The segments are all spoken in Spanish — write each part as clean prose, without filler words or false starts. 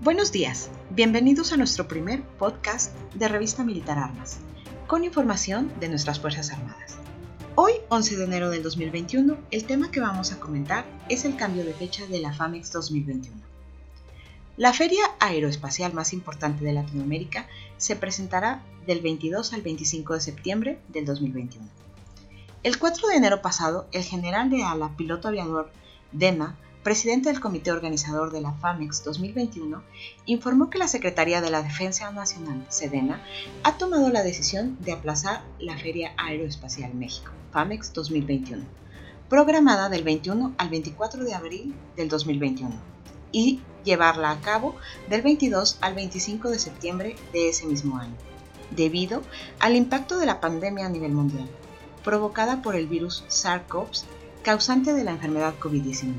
Buenos días, bienvenidos a nuestro primer podcast de Revista Militar Armas, con información de nuestras Fuerzas Armadas. Hoy, 11 de enero del 2021, el tema que vamos a comentar es el cambio de fecha de la FAMEX 2021. La feria aeroespacial más importante de Latinoamérica se presentará del 22 al 25 de septiembre del 2021. El 4 de enero pasado, el general de ala, piloto aviador Dema, presidente del comité organizador de la FAMEX 2021, informó que la Secretaría de la Defensa Nacional, Sedena, ha tomado la decisión de aplazar la Feria Aeroespacial México, FAMEX 2021, programada del 21 al 24 de abril del 2021, y llevarla a cabo del 22 al 25 de septiembre de ese mismo año, debido al impacto de la pandemia a nivel mundial, provocada por el virus SARS-CoV, causante de la enfermedad COVID-19.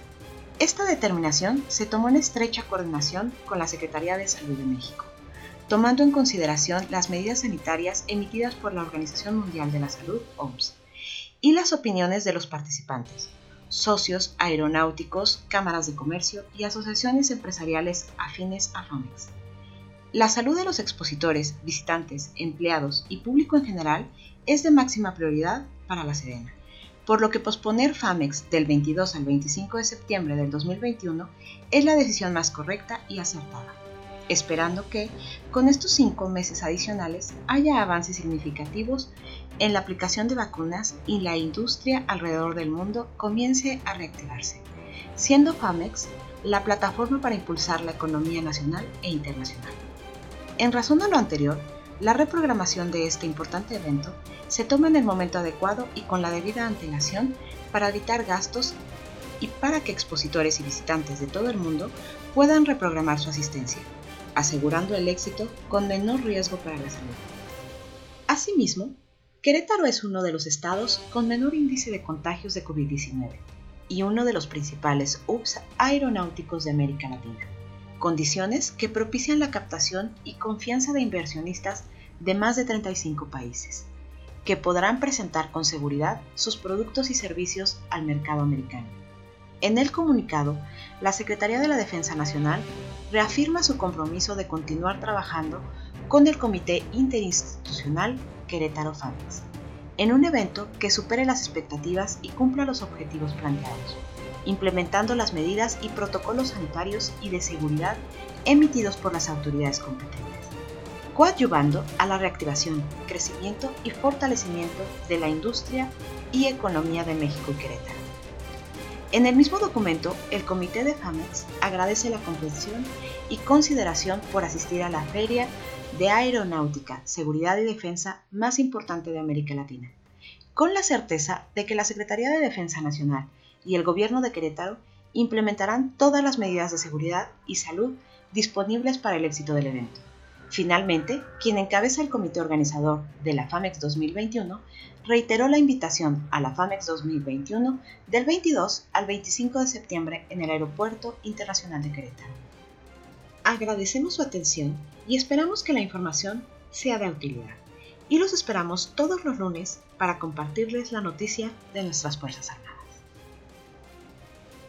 Esta determinación se tomó en estrecha coordinación con la Secretaría de Salud de México, tomando en consideración las medidas sanitarias emitidas por la Organización Mundial de la Salud, OMS, y las opiniones de los participantes, socios aeronáuticos, cámaras de comercio y asociaciones empresariales afines a FAMEX. La salud de los expositores, visitantes, empleados y público en general es de máxima prioridad para la Sedena, por lo que posponer FAMEX del 22 al 25 de septiembre del 2021 es la decisión más correcta y acertada, esperando que, con estos 5 meses adicionales, haya avances significativos en la aplicación de vacunas y la industria alrededor del mundo comience a reactivarse, siendo FAMEX la plataforma para impulsar la economía nacional e internacional. En razón a lo anterior, la reprogramación de este importante evento se toma en el momento adecuado y con la debida antelación para evitar gastos y para que expositores y visitantes de todo el mundo puedan reprogramar su asistencia, asegurando el éxito con menor riesgo para la salud. Asimismo, Querétaro es uno de los estados con menor índice de contagios de COVID-19 y uno de los principales hubs aeronáuticos de América Latina, condiciones que propician la captación y confianza de inversionistas de más de 35 países, que podrán presentar con seguridad sus productos y servicios al mercado americano. En el comunicado, la Secretaría de la Defensa Nacional reafirma su compromiso de continuar trabajando con el Comité Interinstitucional Querétaro FAMEX, en un evento que supere las expectativas y cumpla los objetivos planteados, implementando las medidas y protocolos sanitarios y de seguridad emitidos por las autoridades competentes, coadyuvando a la reactivación, crecimiento y fortalecimiento de la industria y economía de México y Querétaro. En el mismo documento, el Comité de FAMEX agradece la comprensión y consideración por asistir a la Feria de Aeronáutica, Seguridad y Defensa más importante de América Latina, con la certeza de que la Secretaría de Defensa Nacional y el Gobierno de Querétaro implementarán todas las medidas de seguridad y salud disponibles para el éxito del evento. Finalmente, quien encabeza el comité organizador de la FAMEX 2021 reiteró la invitación a la FAMEX 2021 del 22 al 25 de septiembre en el Aeropuerto Internacional de Querétaro. Agradecemos su atención y esperamos que la información sea de utilidad. Y los esperamos todos los lunes para compartirles la noticia de nuestras Fuerzas Armadas.